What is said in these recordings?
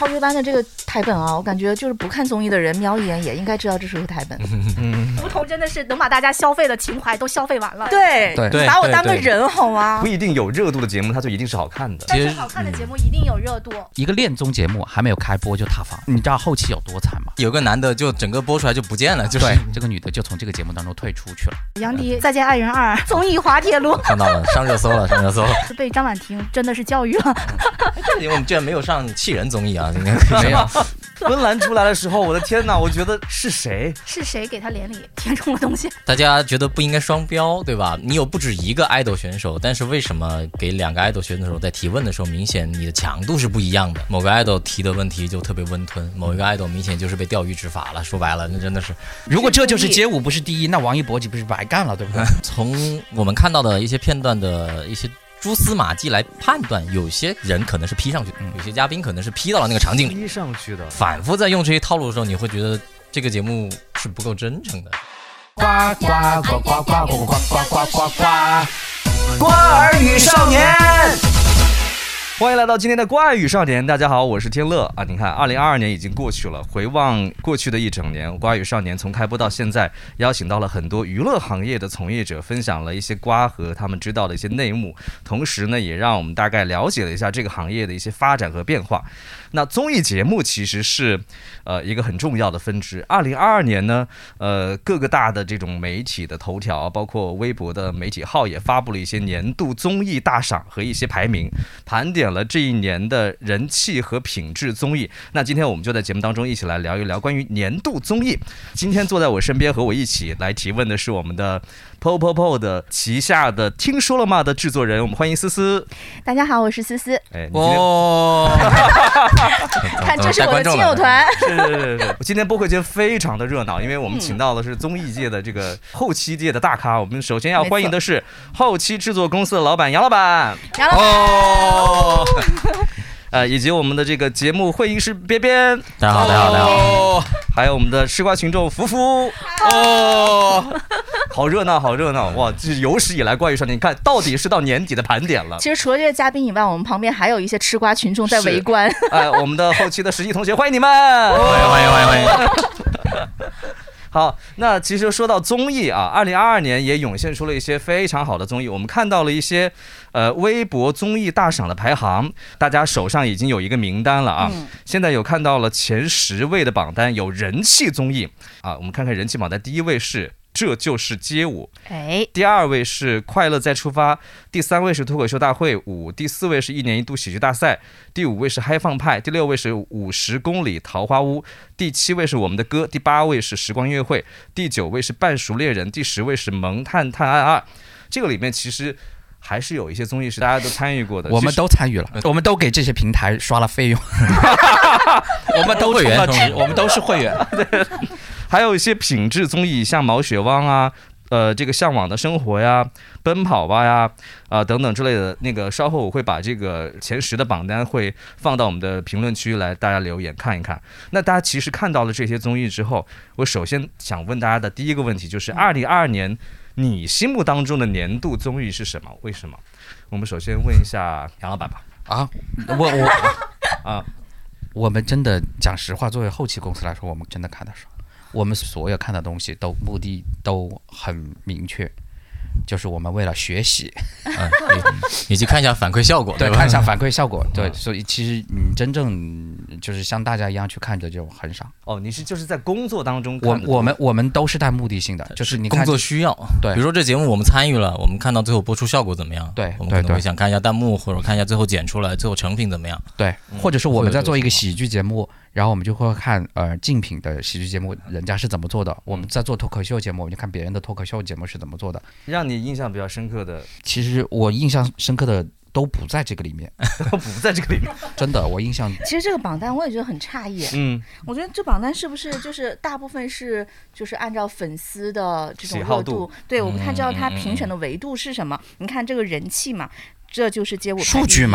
超追班的这个台本啊，我感觉就是不看综艺的人瞄一眼也应该知道这是个台本。 胡同真的是能把大家消费的情怀都消费完了。 对，把我当个人好吗？ 不一定有热度的节目它就一定是好看的， 但是好看的节目一定有热度。 一个恋综节目还没有开播就塌房，你知道后期有多惨吗？ 有个男的就整个播出来就不见了，就是对这个女的就从这个节目当中退出去了。 杨迪再见爱人2综艺滑铁卢看到了，上热搜了，上热搜了。 被张婉婷真的是教育了。 因为我们居然没有上气人综艺啊，应该没有。 温岚出来的时候，我的天哪，我觉得是谁给他脸里填充了东西？ 大家觉得不应该双标，对吧？你有不止一个爱豆选手，但是为什么给2个爱豆选手在提问的时候，明显你的强度是不一样的？某个爱豆提的问题就特别温吞，某一个爱豆明显就是被钓鱼执法了。说白了，那真的是， 如果这就是街舞不是第一，那王一博岂不是白干了，对不对？ 从我们看到的一些片段的一些蛛丝马迹来判断，有些人可能是 P 上去的，有些嘉宾可能是 P 到了那个场景里 P 上去的。 反复在用这些套路的时候，你会觉得这个节目是不够真诚的。 呱呱呱呱呱呱呱呱呱呱呱，瓜儿与少年。 欢迎来到今天的瓜语少年，大家好，我是天乐啊！你看，2022年已经过去了，回望过去的一整年，瓜语少年从开播到现在，邀请到了很多娱乐行业的从业者，分享了一些瓜和他们知道的一些内幕，同时呢，也让我们大概了解了一下这个行业的一些发展和变化。那综艺节目其实是一个很重要的分支。2022年呢，各个大的这种媒体的头条，包括微博的媒体号也发布了一些年度综艺大赏和一些排名，盘点了这一年的人气和品质综艺。那今天我们就在节目当中一起来聊一聊关于年度综艺。今天坐在我身边和我一起来提问的是我们的 POPOPO 的旗下的听说了吗的制作人，我们欢迎思思。 大家好，我是思思。看，这是我的亲友团。 是。今天播客间非常的热闹，因为我们请到的是综艺界的这个后期界的大咖。我们首先要欢迎的是后期制作公司的老板杨老板。 杨老板。以及我们的这个节目会议室边边。 大家好，大家好，大家好。 还有我们的吃瓜群众福福。好热闹，好热闹！哇，这是有史以来瓜语少年，你看到底是到年底的盘点了。 其实除了这些嘉宾以外，我们旁边还有一些吃瓜群众在围观。 我们的后期的实习同学，欢迎你们！ 欢迎。 好，那其实说到综艺啊，2022年也涌现出了一些非常好的综艺。我们看到了一些微博综艺大赏的排行，大家手上已经有一个名单了啊。现在有看到了前10位的榜单，有人气综艺啊。我们看看人气榜单，第1位是这就是街舞，第2位是快乐再出发，第3位是脱口秀大会5，第4位是1年1度喜剧大赛，第5位是嗨放派，第6位是50公里桃花坞，第7位是我们的歌，第8位是时光音乐会，第9位是半熟恋人，第10位是萌探探案2。这个里面其实还是有一些综艺是大家都参与过的， 我们都参与了，我们都给这些平台刷了费用，我们都充了值，我们都是会员。 对，还有一些品质综艺，像毛血旺啊，这个向往的生活呀，奔跑吧呀，等等之类的。那个稍后我会把这个前10的榜单会放到我们的评论区来，大家留言看一看。那大家其实看到了这些综艺之后，我首先想问大家的第一个问题就是2022年你心目当中的年度综艺是什么？为什么？我们首先问一下杨老板吧。 我们真的讲实话，作为后期公司来说，我们真的看得少。我们所有看的东西都目的都很明确，就是我们为了学习， 以及看一下反馈效果， 对，看一下反馈效果，对，所以其实你真正就是像大家一样去看的就很少。 你是就是在工作当中看的， 我们都是带目的性的，就是你看工作需要，对，比如说这节目我们参与了，我们看到最后播出效果怎么样， 对， 我们可能会想看一下弹幕，或者看一下最后剪出来最后成品怎么样， 对，或者是我们在做一个喜剧节目。然后我们就会看竞品的喜剧节目人家是怎么做的，我们在做脱口秀节目我们就看别人的脱口秀节目是怎么做的。 让你印象比较深刻的， 其实我印象深刻的都不在这个里面， 都不在这个里面， 真的，我印象。 其实这个榜单我也觉得很诧异，我觉得这榜单是不是就是大部分是就是按照粉丝的这种热度，对，我不太知道它评选的维度是什么。你看这个人气嘛，这就是街舞数据嘛。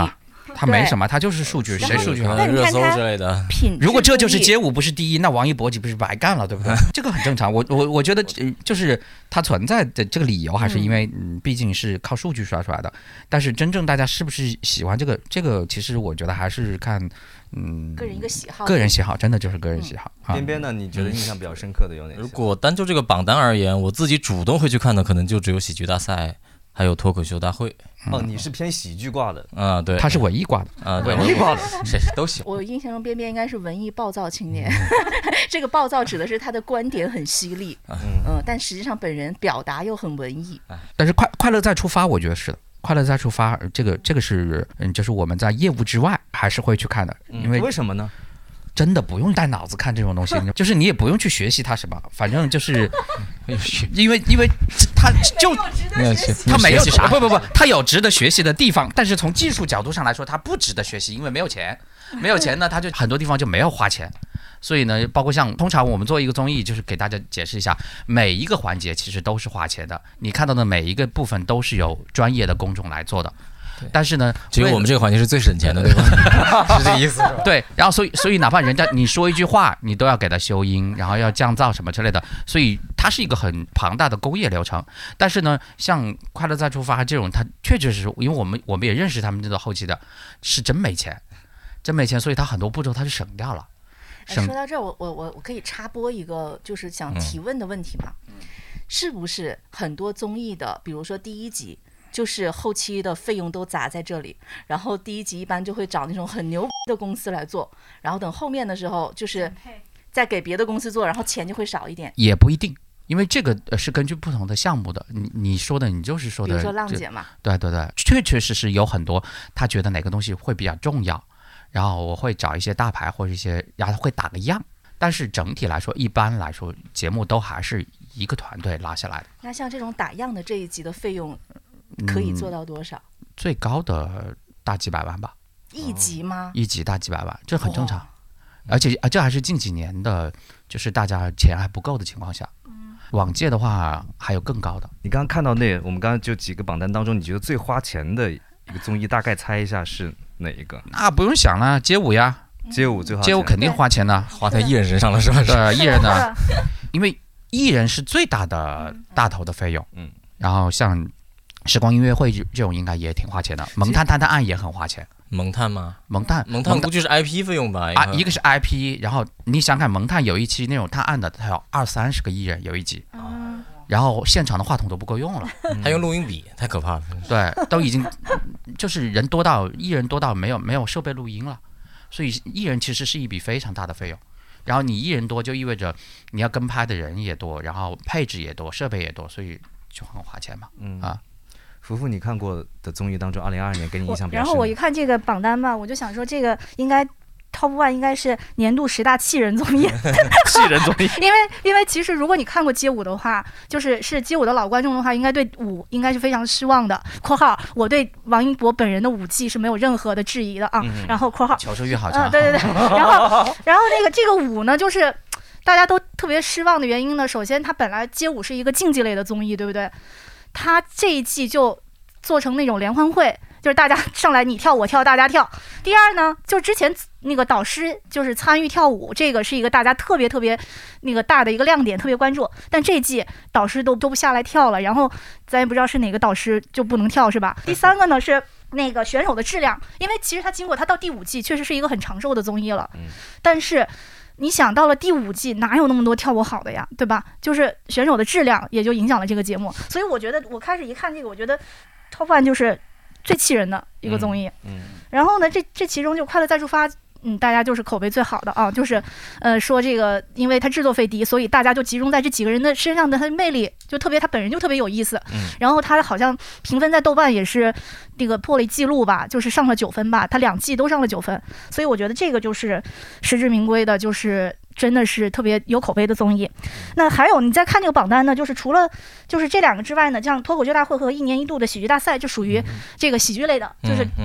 它没什么，它就是数据，谁数据好， 热搜之类的。 如果这就是街舞不是第一，那王一博岂不是白干了，对不对？这个很正常。我觉得就是它存在的这个理由，还是因为毕竟是靠数据刷出来的。但是真正大家是不是喜欢这个，其实我觉得还是看个人一个喜好， 个人喜好真的就是个人喜好。 边边呢？你觉得印象比较深刻的有哪些？ 如果单就这个榜单而言，我自己主动会去看的，可能就只有喜剧大赛。还有脱口秀大会哦，你是偏喜剧挂的啊？对， 他是文艺挂的啊， 文艺挂的， 谁都行。 我印象中边边应该是文艺暴躁青年，这个暴躁指的是他的观点很犀利，但实际上本人表达又很文艺。 但是快乐再出发，我觉得是的。快乐再出发，这个是就是我们在业务之外还是会去看的，因为为什么呢？ 真的不用带脑子看这种东西，就是你也不用去学习它什么，反正就是因为它就它没有不，它有值得学习的地方，但是从技术角度上来说，它不值得学习，因为没有钱呢，它就很多地方就没有花钱。所以呢，包括像通常我们做一个综艺，就是给大家解释一下，每一个环节其实都是花钱的，你看到的每一个部分都是由专业的工种来做的。但是呢， 只有我们这个环节是最省钱的，对吧？是这个意思。 对，然后所以哪怕人家你说一句话，你都要给他修音，然后要降噪什么之类的，所以它是一个很庞大的工业流程。但是呢，像快乐再出发这种，它确实是因为我们也认识他们这个后期的，是真没钱，所以它很多步骤它是省掉了。 说到这儿，我可以插播一个就是想提问的问题吗？是不是很多综艺的，比如说第一集，就是后期的费用都砸在这里，然后第一集一般就会找那种很牛逼的公司来做，然后等后面的时候就是再给别的公司做，然后钱就会少一点。 也不一定，因为这个是根据不同的项目的。你说的，你就是说的， 比如说浪姐嘛， 对，确实有很多他觉得哪个东西会比较重要，然后我会找一些大牌或者一些，然后会打个样。但是整体来说，一般来说节目都还是一个团队拉下来的。 那像这种打样的这一集的费用可以做到多少？ 最高的大几百万吧。 一集吗？ 一集大几百万，这很正常。而且这还是近几年的，就是大家钱还不够的情况下。往届的话还有更高的。 你刚刚看到我们刚刚就几个榜单当中，你觉得最花钱的一个综艺，大概猜一下是哪一个？ 那不用想了，街舞呀。 街舞最花钱， 街舞肯定花钱的， 花在艺人身上了是吧？ 对，艺人的，因为艺人是最大的大头的费用。然后像时光音乐会这种应该也挺花钱的，萌探探探案也很花钱。 萌探吗？ 萌探估计是 IP 费用吧？ 一个是 IP， 然后你想看萌探有一期那种探案的，它有20-30个艺人有一集。然后现场的话筒都不够用了， 还用录音笔，太可怕了。 对，都已经就是艺人多到没有设备录音了，所以艺人其实是一笔非常大的费用。然后你艺人多，就意味着你要跟拍的人也多，然后配置也多，设备也多，所以就很花钱嘛。 福福，你看过的综艺当中，2022年给你印象比较深。 然后我一看这个榜单嘛，我就想说这个应该。Top One 应该是年度10大气人综艺， 气人综艺， 因为其实如果你看过街舞的话，是街舞的老观众的话，应该对舞应该是非常失望的。（括号我对王一博本人的舞技是没有任何的质疑的啊。然后括号求生欲好强。 对。然后这个舞呢，就是大家都特别失望的原因呢，首先它本来街舞是一个竞技类的综艺，对不对？它这一季就做成那种联欢会。就是大家上来你跳我跳大家跳。第二呢，就之前那个导师就是参与跳舞，这个是一个大家特别那个大的一个亮点，特别关注。但这季导师都不下来跳了，然后咱也不知道是哪个导师就不能跳，是吧？第三个呢是那个选手的质量，因为其实他到第5季确实是一个很长寿的综艺了，但是你想到了第5季哪有那么多跳舞好的呀，对吧？就是选手的质量也就影响了这个节目。所以我觉得我开始一看这个，我觉得 Top One 就是最气人的一个综艺。然后呢，这其中就快乐再出发，大家就是口碑最好的啊，就是说这个，因为它制作费低，所以大家就集中在这几个人的身上的他的魅力就特别，他本人就特别有意思。然后他好像评分在豆瓣也是那个破了记录吧，就是上了9分吧，他2季都上了9分，所以我觉得这个就是实至名归的，就是真的是特别有口碑的综艺。那还有你再看这个榜单呢，就是除了就是这2个之外呢，像脱口秀大会和1年1度的喜剧大赛就属于这个喜剧类的，就是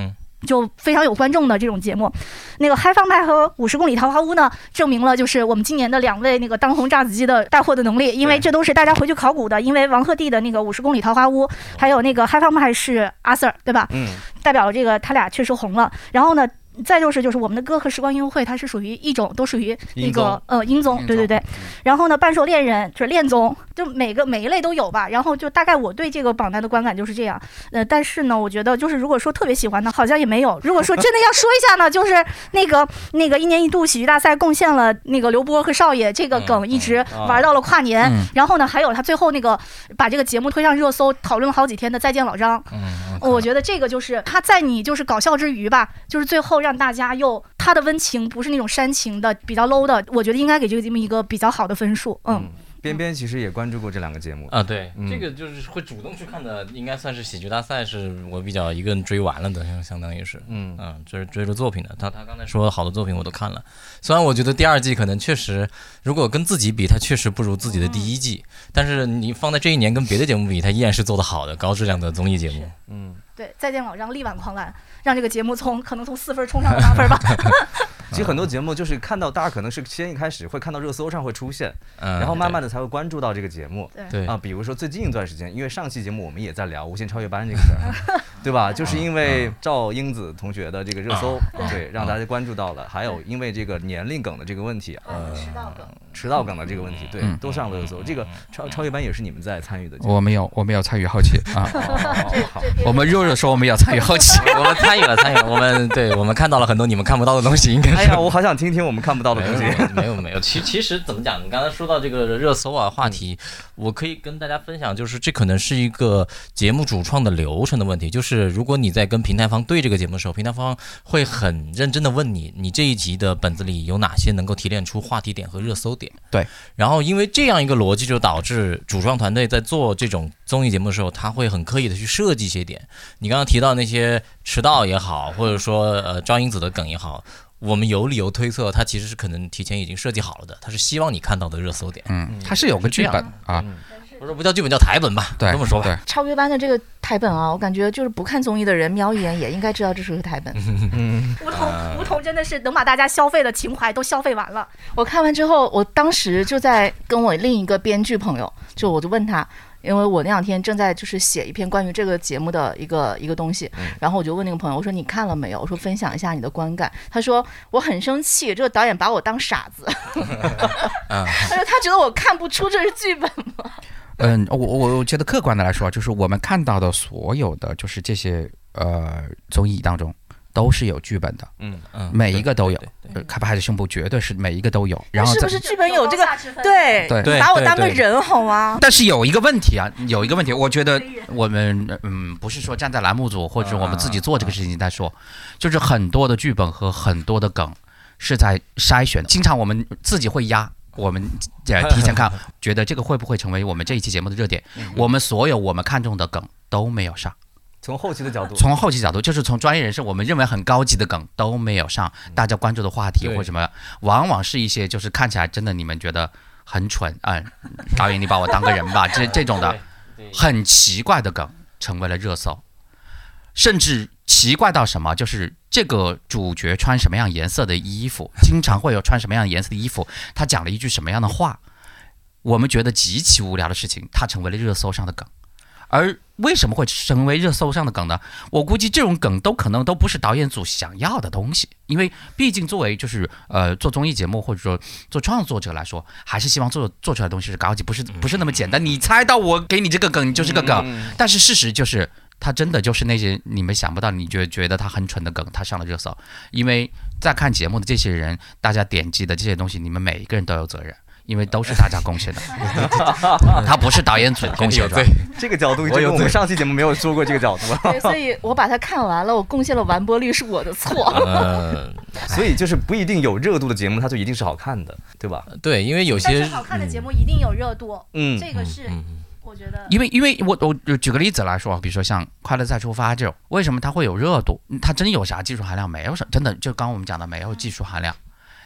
就非常有观众的这种节目。那个嗨放派和50公里桃花坞呢，证明了就是我们今年的2位那个当红炸子鸡的带货的能力，因为这都是大家回去考古的。因为王鹤棣的那个50公里桃花坞，还有那个嗨放派是阿 Sir 对吧？代表了这个他俩确实红了。然后呢，再就是我们的歌和时光音乐会，它是属于一种，都属于那个音综，对对对。然后呢，半兽恋人就是恋综，就每一类都有吧。然后就大概我对这个榜单的观感就是这样。但是呢，我觉得就是如果说特别喜欢的，好像也没有。如果说真的要说一下呢，就是那个1年1度喜剧大赛贡献了那个刘波和少爷这个梗，一直玩到了跨年。然后呢，还有他最后那个把这个节目推上热搜，讨论了好几天的再见老张。我觉得这个就是他在你就是搞笑之余吧，就是最后让大家又他的温情不是那种煽情的比较 low 的，我觉得应该给这个节目一个比较好的分数。 边边其实也关注过这2个节目啊，对，这个就是会主动去看的，应该算是喜剧大赛，是我比较一个人追完了的，相当于是，这是追着作品的。他刚才说好多作品我都看了，虽然我觉得第2季可能确实，如果跟自己比，它确实不如自己的第1季，但是你放在这一年跟别的节目比，它依然是做得好的高质量的综艺节目。 对，再见老张力挽狂澜，让这个节目可能从4分冲上了8分吧。 其实很多节目就是看到大家可能是先一开始会看到热搜上会出现，然后慢慢的才会关注到这个节目。 对比如说最近一段时间，因为上期节目我们也在聊无限超越班这个事儿，对吧？就是因为赵英子同学的这个热搜，对，让大家关注到了。还有因为这个年龄梗的这个问题，迟到梗的这个问题，对，都上了热搜。这个超越班也是你们在参与的？ 我没有参与后期啊。我们热说我们要参与后期， 我们参与了，我们看到了很多你们看不到的东西，应该是。 哎呀，我好想听听我们看不到的东西。 没有，其实怎么讲？你刚才说到这个热搜啊话题，我可以跟大家分享，就是这可能是一个节目主创的流程的问题。就是如果你在跟平台方对这个节目的时候，平台方会很认真的问你这一集的本子里有哪些能够提炼出话题点和热搜点。 对。 然后因为这样一个逻辑，就导致主创团队在做这种综艺节目的时候，他会很刻意的去设计一些点。你刚刚提到那些迟到也好，或者说赵英子的梗也好。我们有理由推测，他其实是可能提前已经设计好了的，他是希望你看到的热搜点。 他是有个剧本啊， 我说不叫剧本，叫台本吧， 对， 这么说吧。 超越班的这个台本啊，我感觉就是不看综艺的人瞄一眼也应该知道这是个台本。 梧桐真的是能把大家消费的情怀都消费完了。 我看完之后，我当时就在跟我另一个编剧朋友，我就问他。因为我那2天正在就是写一篇关于这个节目的一个东西，然后我就问那个朋友，我说你看了没有？我说分享一下你的观感。他说我很生气，这个导演把我当傻子。他说他觉得我看不出这是剧本吗？ 我觉得客观的来说，就是我们看到的所有的就是这些综艺当中。都是有剧本的，每一个都有。开拍的胸部绝对是每一个都有。然后是不是剧本有这个？对，把我当个人好吗？ 但是有一个问题啊，我觉得我们不是说站在栏目组或者我们自己做这个事情在说，就是很多的剧本和很多的梗是在筛选。经常我们自己会压。我们提前看，觉得这个会不会成为我们这一期节目的热点？我们所有我们看中的梗都没有上。 从后期角度， 就是从专业人士我们认为很高级的梗都没有上，大家关注的话题或什么，往往是一些就是看起来真的你们觉得很蠢导演你把我当个人吧，这种的很奇怪的梗成为了热搜，甚至奇怪到什么，就是这个主角穿什么样颜色的衣服，经常会有穿什么样颜色的衣服，他讲了一句什么样的话，我们觉得极其无聊的事情，它成为了热搜上的梗。而为什么会成为热搜上的梗呢？我估计这种梗可能都不是导演组想要的东西，因为毕竟作为就是做综艺节目或者说做创作者来说，还是希望做出来的东西是高级，不是那么简单。你猜到我给你这个梗，你就是个梗。但是事实就是，它真的就是那些你们想不到，你觉得它很蠢的梗，它上了热搜。因为在看节目的这些人，大家点击的这些东西，你们每一个人都有责任。因为都是大家贡献的，他不是导演组贡献的。 对，这个角度，我们上期节目没有说过这个角度。 对，所以我把它看完了，我贡献了完播率是我的错。 所以就是不一定有热度的节目，它就一定是好看的，对吧？ 对，因为有些但是好看的节目一定有热度。这个是。我觉得， 因为我举个例子来说，比如说像《快乐再出发》这种，为什么它会有热度？它真有啥技术含量？没有啥，真的就刚我们讲的没有技术含量。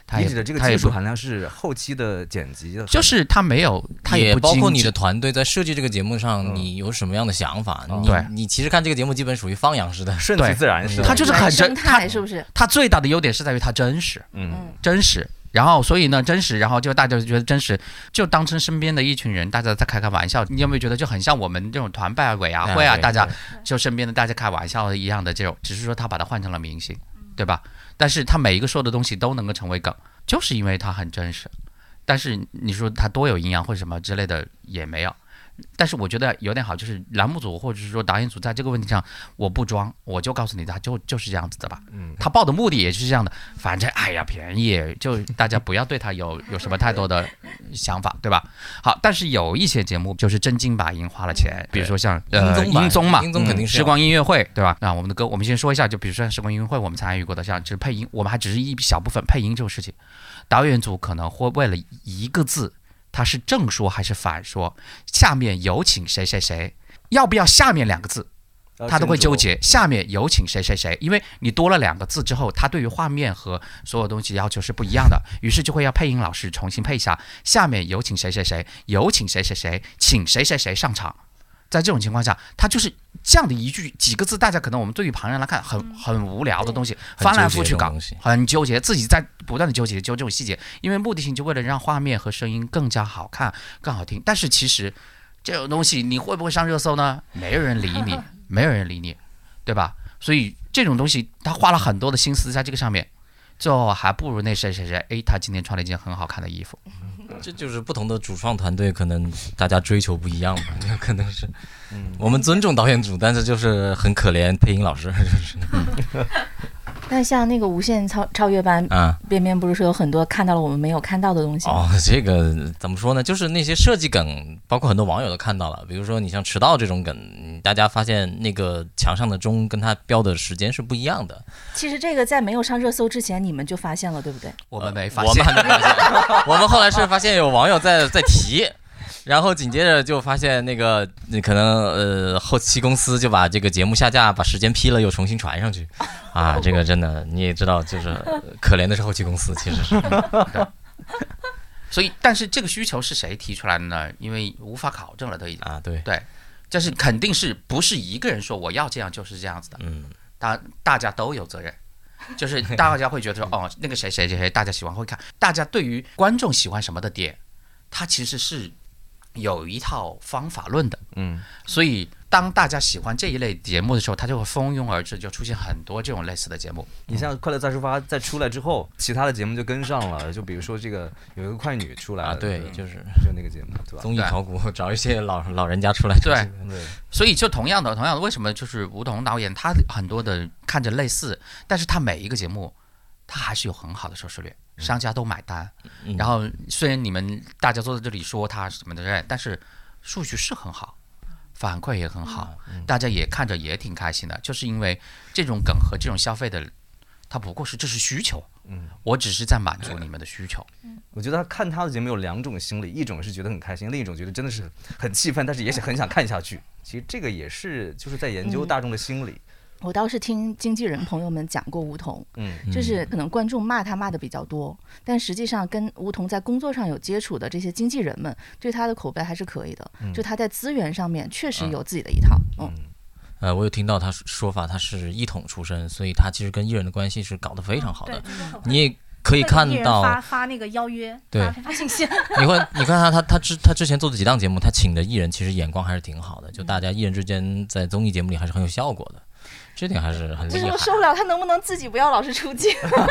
他你指的这个技术含量是后期的剪辑的， 就是他没有，他也不包括精致你的团队在设计这个节目上，你有什么样的想法？ 对， 你其实看这个节目基本属于放养式的， 顺其自然式的， 他就是很真， 生态是不是？ 他最大的优点是在于他真实，真实。然后，所以呢，真实，然后就大家觉得真实，就当成身边的一群人，大家在开玩笑。你有没有觉得就很像我们这种团拜委啊会啊，大家就身边的大家开玩笑一样的这种，只是说他把它换成了明星，对吧？但是他每一个说的东西都能够成为梗，就是因为他很真实。但是你说他多有营养或者什么之类的也没有。但是我觉得有点好，就是栏目组或者是说导演组在这个问题上，我不装，我就告诉你，他就是这样子的吧。他报的目的也是这样的，反正哎呀便宜，就大家不要对他有什么太多的想法，对吧？好，但是有一些节目就是真金白银花了钱，比如说像英综嘛， 英综肯定是时光音乐会，对吧？那我们的歌，我们先说一下，就比如说时光音乐会，我们参与过的，像就是配音，我们还只是一小部分配音这种事情，导演组可能会为了一个字。他是正说还是反说？下面有请谁谁谁，要不要下面2个字？他都会纠结。下面有请谁谁谁，因为你多了2个字之后，他对于画面和所有东西要求是不一样的，于是就会要配音老师重新配一下。下面有请谁谁谁，有请谁谁谁，请谁谁谁上场。在这种情况下，他就是这样的一句几个字，大家可能我们对于旁人来看很无聊的东西，翻来覆去搞，很纠结，自己在不断的纠结这种细节，因为目的性就为了让画面和声音更加好看、更好听。但是其实这种东西你会不会上热搜呢？没有人理你，没有人理你，对吧？所以这种东西他花了很多的心思在这个上面，最后还不如那谁谁谁，哎，他今天穿了一件很好看的衣服。 这就是不同的主创团队，可能大家追求不一样吧。可能是，我们尊重导演组，但是就是很可怜配音老师。 但像那个无限超越班啊，边边不是说有很多看到了我们没有看到的东西哦，这个怎么说呢？就是那些设计梗，包括很多网友都看到了。比如说你像迟到这种梗，大家发现那个墙上的钟跟它标的时间是不一样的。 其实这个在没有上热搜之前，你们就发现了，对不对？ 我们没发现， 我们还没发现。我们后来是发现有网友在提。然后紧接着就发现那个可能后期公司就把这个节目下架，把时间批了又重新传上去，啊，这个真的你也知道，就是可怜的是后期公司，其实是。 所以，但是这个需求是谁提出来的呢？因为无法考证了，都已经啊，对对，这是肯定是不是一个人说我要这样就是这样子的，大家都有责任。就是大家会觉得说，哦，那个谁谁谁，大家喜欢会看，大家对于观众喜欢什么的点，它其实是有一套方法论的，所以当大家喜欢这一类节目的时候，它就会蜂拥而至，就出现很多这种类似的节目。 你像《快乐再出发》再出来之后，其他的节目就跟上了，就比如说这个有一个快女出来了， 对，就那个节目，对吧？ 综艺考古找一些老人家出来， 对，所以就同样的，为什么就是吴彤导演他很多的看着类似，但是他每一个节目他还是有很好的收视率。商家都买单，然后虽然你们大家坐在这里说他什么的，但是数据是很好，反馈也很好，大家也看着也挺开心的。就是因为这种梗和这种消费的，它不过是这是需求，我只是在满足你们的需求。 我觉得看他的节目有2种心理，一种是觉得很开心，另一种觉得真的是很气愤，但是也是很想看下去。其实这个也是就是在研究大众的心理。 我倒是听经纪人朋友们讲过吴彤，就是可能观众骂他骂的比较多，但实际上跟吴彤在工作上有接触的这些经纪人们对他的口碑还是可以的，就他在资源上面确实有自己的一套。 我有听到他说法，他是一统出身，所以他其实跟艺人的关系是搞得非常好的。你也可以看到发那个邀约， 对， 发信息。 你看他之前做的几档节目，他请的艺人其实眼光还是挺好的，就大家艺人之间在综艺节目里还是很有效果的。这点还是很厉害。 就是我受不了，他能不能自己不要老是出镜？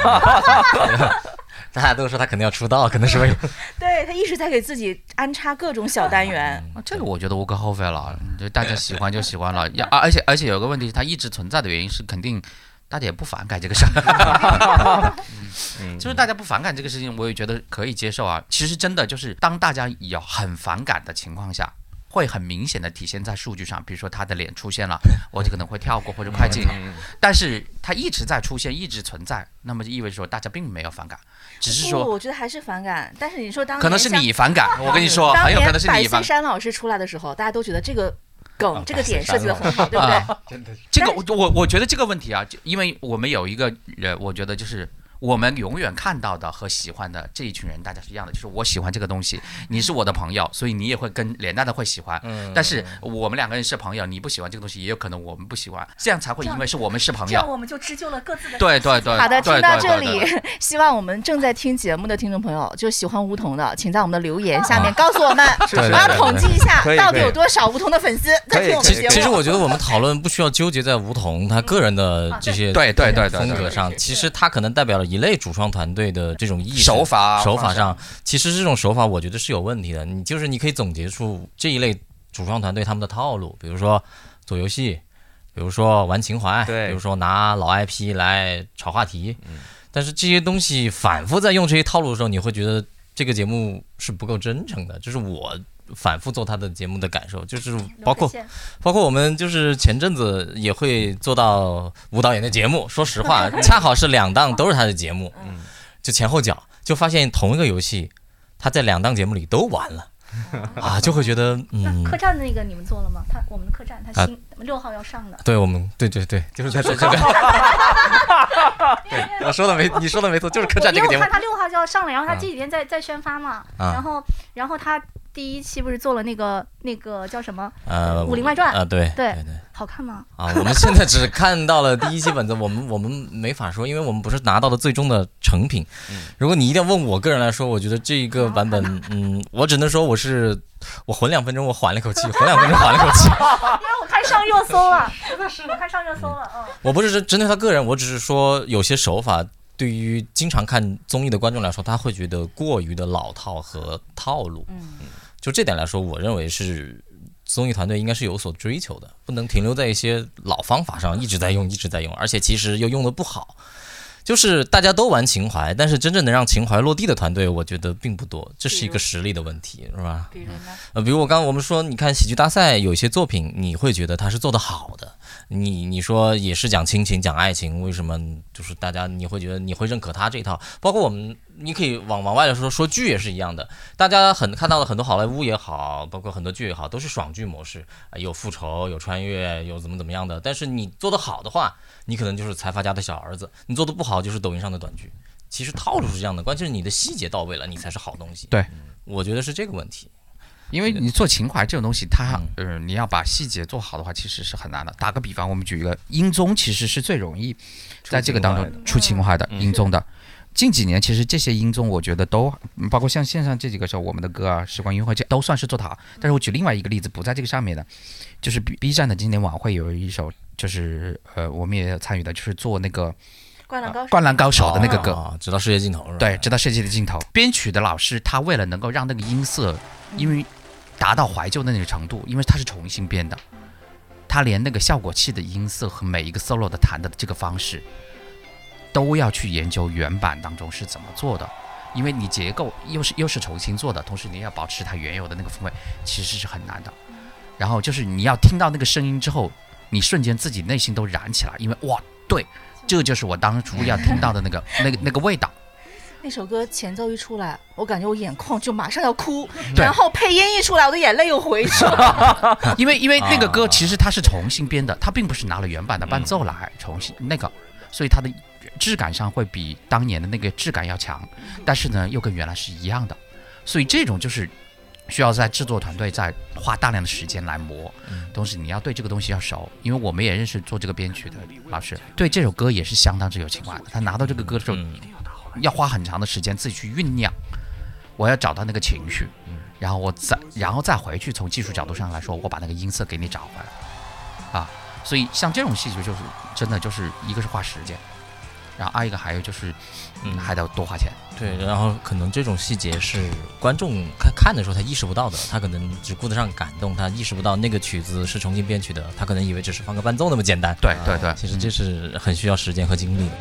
大家都说他肯定要出道，可能是为了对他一直在给自己安插各种小单元。 这个我觉得无可厚非了，就大家喜欢就喜欢了。而且有个问题，它一直存在的原因是肯定大家也不反感这个事儿。就是大家不反感这个事情，我也觉得可以接受啊。其实真的就是当大家有很反感的情况下，会很明显的体现在数据上，比如说他的脸出现了，我就可能会跳过或者快进，但是他一直在出现，一直存在，那么就意味着说大家并没有反感，只是说我觉得还是反感。但是你说当年可能是你反感，我跟你说，很有可能是你反感。 百岁山老师出来的时候，大家都觉得这个梗这个点设计的很好，对不对？ 真的，这个我觉得这个问题啊，因为我们有一个人，我觉得就是我们永远看到的和喜欢的这一群人，大家是一样的，就是我喜欢这个东西，你是我的朋友，所以你也会跟连带的会喜欢。但是我们两个人是朋友，你不喜欢这个东西，也有可能我们不喜欢，这样才会因为是我们是朋友， 这样我们就织就了各自的。 对对对。 好的，听到这里，希望我们正在听节目的听众朋友，就喜欢梧桐的，请在我们的留言下面告诉我们，我们要统计一下到底有多少梧桐的粉丝在听我们节目。 其实我觉得我们讨论不需要纠结在梧桐他个人的这些对风格上，其实他可能代表了一类主创团队的这种意识手法上，其实这种手法我觉得是有问题的。你可以总结出这一类主创团队他们的套路，比如说做游戏，比如说玩情怀，比如说拿老 IP 来炒话题。但是这些东西反复在用这些套路的时候，你会觉得这个节目是不够真诚的。这是我反复做他的节目的感受，就是包括我们就是前阵子也会做到吴导演的节目，说实话恰好是2档都是他的节目，就前后脚，就发现同一个游戏他在2档节目里都玩了啊，就会觉得那客栈那个你们做了吗？我们的客栈他6号要上的。 对，我们对，就是在这个。对，你说的没错，就是客栈这个节目。 我看他6号就要上了，然后他这几天在宣发嘛，然后他第1期不是做了那个叫什么武林外传对， 好看吗？ 我们现在只看到了第1期本子，我们没法说，因为我们不是拿到了最终的成品。如果你一定要问我个人来说，我觉得这一个版本，我只能说我混2分钟，我缓了一口气，因为我看上热搜了，我看上热搜了。 我不是针对他个人，我只是说有些手法对于经常看综艺的观众来说，他会觉得过于的老套和套路。就这点来说，我认为是综艺团队应该是有所追求的，不能停留在一些老方法上一直在用，而且其实又用得不好。就是大家都玩情怀，但是真正能让情怀落地的团队，我觉得并不多，这是一个实力的问题，是吧？ 比如呢？ 比如我们说，你看喜剧大赛有一些作品，你会觉得它是做得好的，你说也是讲亲情、讲爱情，为什么就是大家你会觉得你会认可他这一套？包括你可以往外来说剧也是一样的，大家看到了很多好莱坞也好，包括很多剧也好，都是爽剧模式，有复仇，有穿越，有怎么样的。但是你做得好的话，你可能就是财阀家的小儿子；你做得不好，就是抖音上的短剧。其实套路是这样的，关键是你的细节到位了，你才是好东西。 对， 我觉得是这个问题。 因为你做情怀这种东西，你要把细节做好的话，其实是很难的。打个比方，我们举一个音综，其实是最容易在这个当中出情怀的音综的。近几年其实这些音综我觉得都包括像线上这几个时候我们的歌啊时光音乐会这都算是做得好。但是我举另外一个例子不在这个上面的，就是 B 站的经典晚会有一首就是我们也参与的，就是做那个灌篮高手的那个歌， 直到世界尽头是吧？ 对，直到世界的尽头。编曲的老师他为了能够让那个音色因为达到怀旧的那个程度，因为他是重新编的，他连那个效果器的音色和每一个 solo 的弹的这个方式都要去研究原版当中是怎么做的，因为你结构又是重新做的，同时你要保持它原有的那个风味，其实是很难的。然后就是你要听到那个声音之后，你瞬间自己内心都燃起来，因为哇，对，这就是我当初要听到的那个味道。 那首歌前奏一出来，我感觉我眼眶就马上要哭，然后配音一出来，我的眼泪又回去了。 因为那个歌其实它是重新编的，它并不是拿了原版的伴奏来重新那个，所以它的质感上会比当年的那个质感要强，但是呢又跟原来是一样的，所以这种就是需要在制作团队在花大量的时间来磨，同时你要对这个东西要熟，因为我们也认识做这个编曲的老师，对这首歌也是相当之有情怀的。他拿到这个歌的时候，要花很长的时间自己去酝酿，我要找到那个情绪，然后再回去从技术角度上来说，我把那个音色给你找回来啊。所以像这种戏剧就是真的就是一个是花时间，然后二一个还有就是还得多花钱。 对，然后可能这种细节是观众看的时候他意识不到的，他可能只顾得上感动，他意识不到那个曲子是重新编曲的，他可能以为只是放个伴奏那么简单。 对， 其实这是很需要时间和精力的。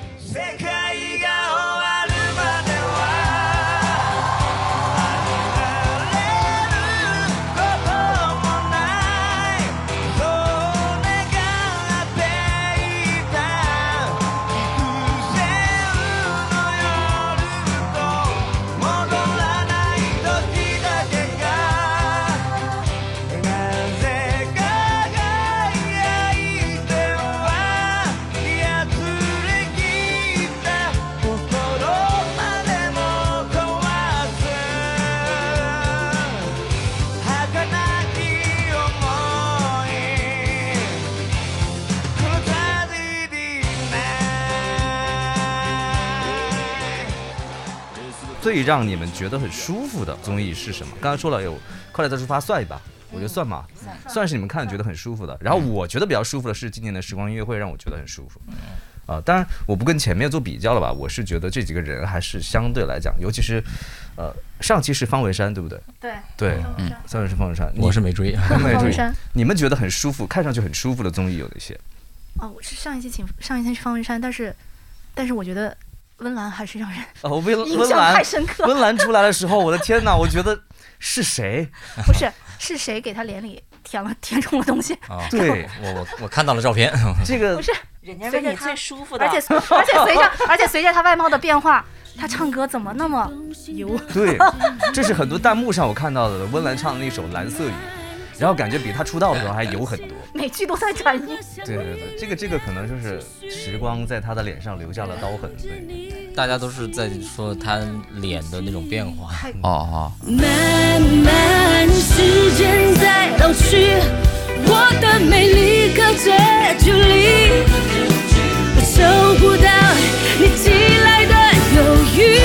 最让你们觉得很舒服的综艺是什么？刚才说了有《快乐大出发》算吧，我觉得算嘛，算是你们看觉得很舒服的。然后我觉得比较舒服的是今年的时光音乐会，让我觉得很舒服。当然我不跟前面做比较了吧，我是觉得这几个人还是相对来讲，尤其是上期是方文山，对不对？对，上期是方文山， 我是没追， 没追。你们觉得很舒服，看上去很舒服的综艺有哪些？ 我是上一期是方文山，但是我觉得温岚还是让人印象太深刻。 温岚出来的时候，我的天哪，我觉得是谁？ 不是谁给他脸里填充了东西？ 对， 我看到了照片， 这个不是。 人家问你最舒服的， 而且随着他外貌的变化，他唱歌怎么那么油？ 对，这是很多弹幕上我看到的温岚唱的那首《蓝色雨》，然后感觉比他出道的时候还油很多， 每句都在转音。 对，这个可能就是时光在他的脸上留下了刀痕。对， 大家都是在说他脸的那种变化。 慢慢时间在老去，我的美丽隔着距离，我收不到你寄来的犹豫。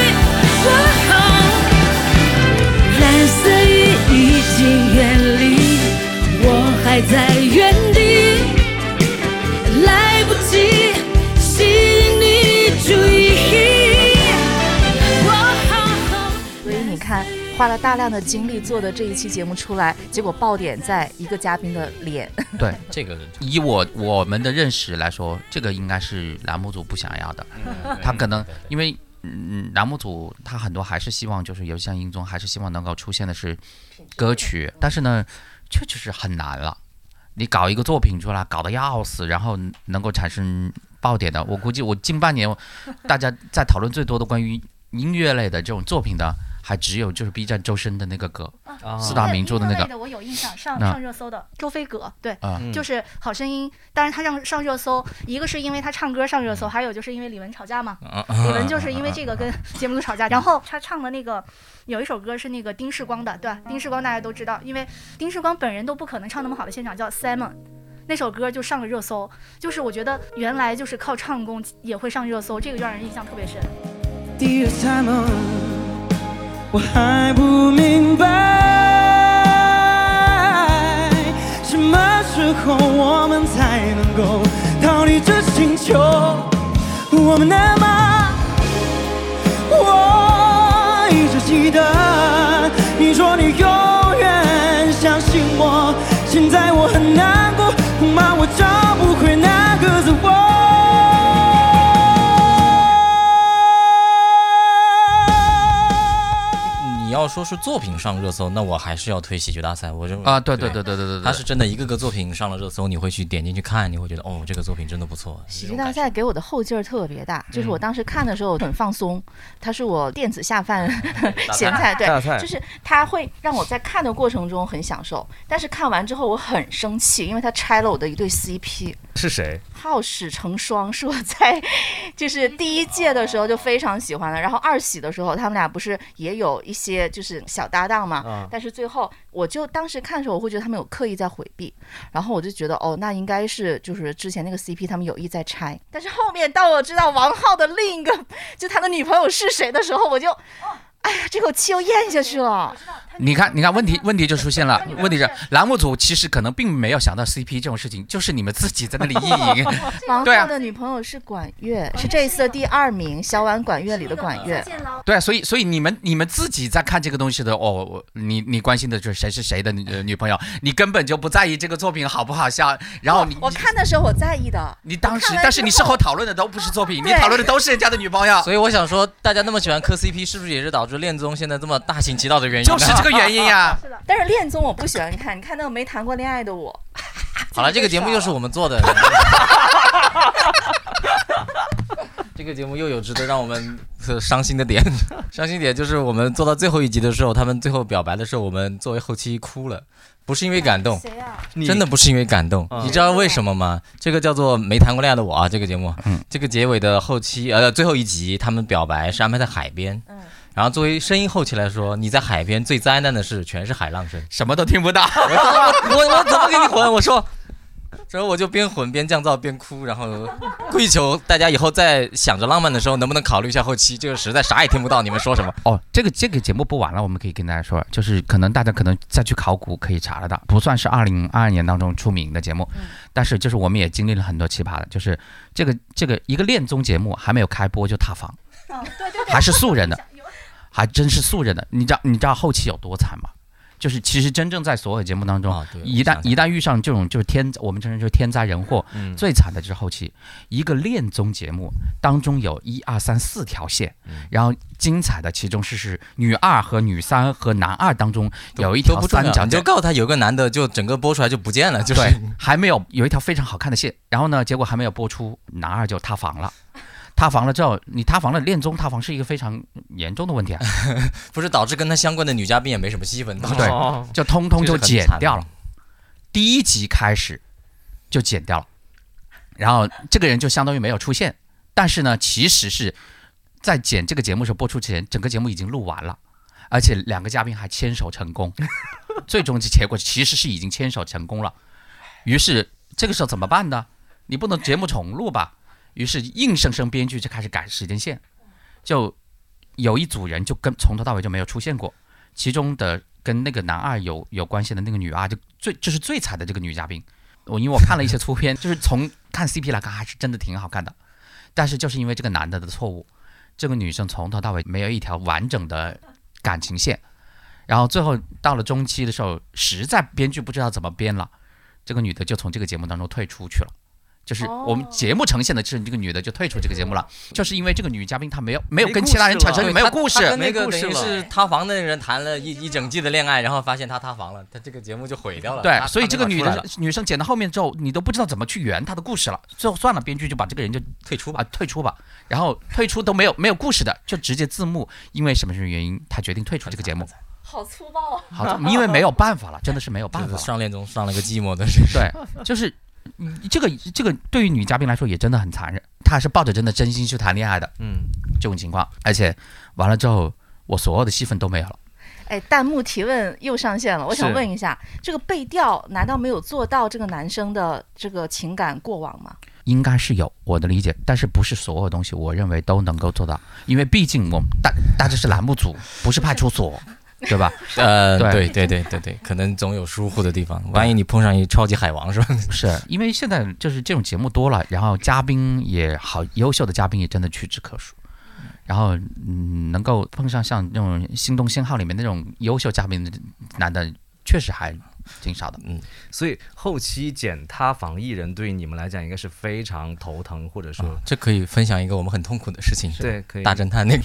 蓝色雨已经远离，我还在原地，来不及吸引你注意。 所以你看，花了大量的精力做的这一期节目出来，结果爆点在一个嘉宾的脸。 对， 这个以我们的认识来说，这个应该是栏目组不想要的。他可能因为栏目组他很多还是希望，就是尤其像音综，还是希望能够出现的是歌曲，但是呢，确实是很难了。你搞一个作品出来，搞得要死，然后能够产生爆点的，我估计我近半年大家在讨论最多的关于音乐类的这种作品的，还只有就是 B 站周深的那个歌，四大名著的那个。 我有印象，上热搜的周飞葛，对，就是《好声音》。当然他上热搜，一个是因为他唱歌上热搜，还有就是因为李玟吵架嘛。李玟就是因为这个跟节目组吵架，然后他唱的那个有一首歌是那个丁世光的，对吧？丁世光大家都知道，因为丁世光本人都不可能唱那么好的现场，叫 Simon。那首歌就上了热搜，就是我觉得原来就是靠唱功也会上热搜，这个让人印象特别深。 第三梦，我还不明白，什么时候我们才能够逃离这星球？我们能吗？我一直记得你说你永远相信我，现在我很难过，恐怕我找不回那个字。 要说是作品上热搜，那我还是要推喜剧大赛。我认为对， 他是真的一个个作品上了热搜，你会去点进去看，你会觉得这个作品真的不错。 喜剧大赛给我的后劲儿特别大，就是我当时看的时候很放松，它是我电子下饭咸菜，对，就是它会让我在看的过程中很享受，但是看完之后我很生气，因为它拆了我的一对 CP。 是谁？ 好史成双是我在就是第一届的时候就非常喜欢的，然后二喜的时候他们俩不是也有一些就是小搭档嘛，但是最后我就当时看的时候我会觉得他们有刻意在回避，然后我就觉得那应该是就是之前那个 CP 他们有意在拆，但是后面到我知道王浩的另一个就他的女朋友是谁的时候，我就哎呀，这口气又咽下去了。 你看，问题就出现了。问题是栏目组其实可能并没有想到 CP 这种事情，就是你们自己在那里意淫。 王浩的女朋友是管乐，是这一次的第2名，小婉管乐里的管乐。 对啊，所以你们自己在看这个东西的你关心的就是谁是谁的女朋友，你根本就不在意这个作品好不好笑。然后我看的时候我在意的， 你当时，但是你事后讨论的都不是作品，你讨论的都是人家的女朋友。 所以我想说，大家那么喜欢磕 CP， 是不是也是导致恋综现在这么大行其道的原因？ 就是这个原因呀。 是的，但是恋综我不喜欢看，你看那个没谈过恋爱的我。 好了，这个节目又是我们做的。这个节目又有值得让我们伤心的点，伤心点就是我们做到最后一集的时候，他们最后表白的时候，我们作为后期哭了，不是因为感动， 谁啊？ 真的不是因为感动，你知道为什么吗？这个叫做没谈过恋爱的我啊，这个节目，这个结尾的后期最后一集，他们表白是安排在海边，然后作为声音后期来说，你在海边最灾难的事全是海浪声， 什么都听不到。 我怎么给你混？我说然后我就边混边降噪边哭，然后跪求大家以后在想着浪漫的时候，能不能考虑一下后期，这个实在啥也听不到你们说什么。 哦，这个节目播完了，我们可以跟大家说，就是可能大家再去考古可以查得到，不算是2022年当中出名的节目，但是就是我们也经历了很多奇葩的，就是这个一个恋综节目还没有开播就塌房，对，还是素人的，还真是素人的，你知道后期有多惨吗？就是其实真正在所有节目当中，一旦遇上这种就是我们称之为天灾人祸，最惨的就是后期。一个恋综节目当中有1、2、3、4条线，然后精彩的其中是女2和女3和男2当中有一条三角， 你就告诉他有个男的就整个播出来就不见了，就是对，还没有一条非常好看的线，然后呢，结果还没有播出，男2就塌房了。塌房了之后，你塌房了，恋综塌房是一个非常严重的问题啊， 不是导致跟他相关的女嘉宾也没什么戏份， 对，就通通就剪掉了。第1集开始就剪掉了，然后这个人就相当于没有出现，但是呢，其实是在剪这个节目时候播出前，整个节目已经录完了，而且2个嘉宾还牵手成功，最终的结果其实是已经牵手成功了。于是这个时候怎么办呢？你不能节目重录吧？于是硬生生编剧就开始改时间线，就有一组人就从头到尾就没有出现过，其中的跟那个男2有关系的那个女2就是最惨的这个女嘉宾。因为我看了一些粗片，就是从看 CP 来看还是真的挺好看的，但是就是因为这个男的错误，这个女生从头到尾没有一条完整的感情线，然后最后到了中期的时候，实在编剧不知道怎么编了，这个女的就从这个节目当中退出去了。就是我们节目呈现的是这个女的就退出这个节目了，就是因为这个女嘉宾她没有跟其他人产生没有故事， 跟那个等于是塌房的人谈了一整季的恋爱，然后发现他塌房了，他这个节目就毁掉了。 对，所以这个女生剪到后面之后，你都不知道怎么去圆她的故事了。最后算了，编剧就把这个人就退出吧，然后退出都没有故事的，就直接字幕，因为什么原因他决定退出这个节目。 好粗暴啊！ 好，因为没有办法了，真的是没有办法了。 上恋综上了个寂寞的， 对，就是。这个对于女嘉宾来说也真的很残忍，她是抱着真心去谈恋爱的，这种情况，而且完了之后，我所有的戏份都没有了。 哎，弹幕提问又上线了，我想问一下，这个背调难道没有做到这个男生的这个情感过往吗？ 应该是有，我的理解，但是不是所有东西我认为都能够做到，因为毕竟我们大家是栏目组，不是派出所。对吧？ 对，可能总有疏忽的地方。万一你碰上一超级海王是吧？ 是因为现在就是这种节目多了，然后嘉宾也好，优秀的嘉宾也真的屈指可数。然后能够碰上像那种《心动信号》里面那种优秀嘉宾的男的，确实还挺少的。 所以后期剪塌房艺人对你们来讲应该是非常头疼，或者说这可以分享一个我们很痛苦的事情， 对，可以。 大侦探那个。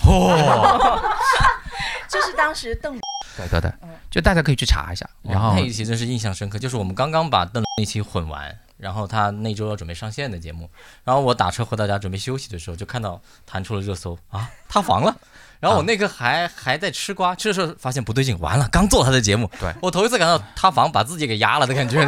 就是当时邓， 对，就大家可以去查一下。然后那一期真是印象深刻，就是我们刚刚把邓那期混完，然后他那周要准备上线的节目，然后我打车回到家准备休息的时候，就看到弹出了热搜啊，塌房了。然后我那个还在吃瓜，吃的时候发现不对劲，完了，刚做他的节目， 对我头一次感到塌房把自己给压了的感觉。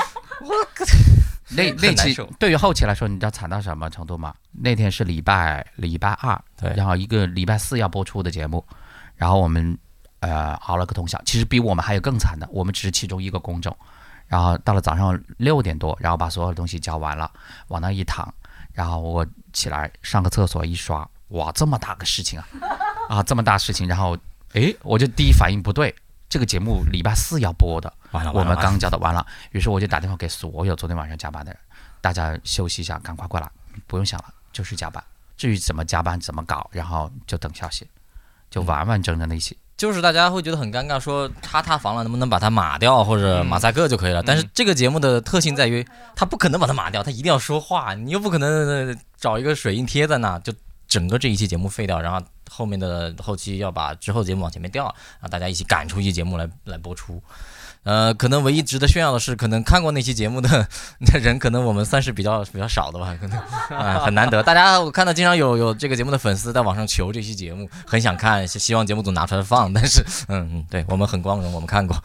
那期对于后期来说，你知道惨到什么程度吗？那天是礼拜2， 对， 然后一个礼拜4要播出的节目。然后我们熬了个通宵，其实比我们还有更惨的，我们只是其中一个工种。然后到了早上6点多，然后把所有的东西交完了，往那一躺，然后我起来上个厕所一刷，哇，这么大个事情啊，这么大事情，然后我就第一反应不对，这个节目礼拜4要播的，我们刚交的完了，于是我就打电话给所有昨天晚上加班的人，大家休息一下，赶快过来，不用想了，就是加班，至于怎么加班怎么搞，然后就等消息。就完整的一起， 就是大家会觉得很尴尬，说他塌房了，能不能把它码掉或者马赛克就可以了？但是这个节目的特性在于，他不可能把它码掉，他一定要说话，你又不可能找一个水印贴在那，就整个这一期节目废掉，然后后面的后期要把之后节目往前面调，然后大家一起赶出一期节目来播出。可能唯一值得炫耀的是，可能看过那期节目的人，可能我们算是比较少的吧，可能很难得。大家我看到经常有这个节目的粉丝在网上求这期节目，很想看，希望节目组拿出来放，但是对我们很光荣，我们看过。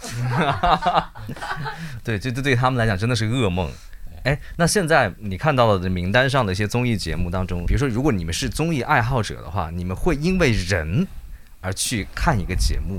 对，这对他们来讲真的是噩梦。哎，那现在你看到的名单上的一些综艺节目当中，比如说如果你们是综艺爱好者的话，你们会因为人而去看一个节目吗？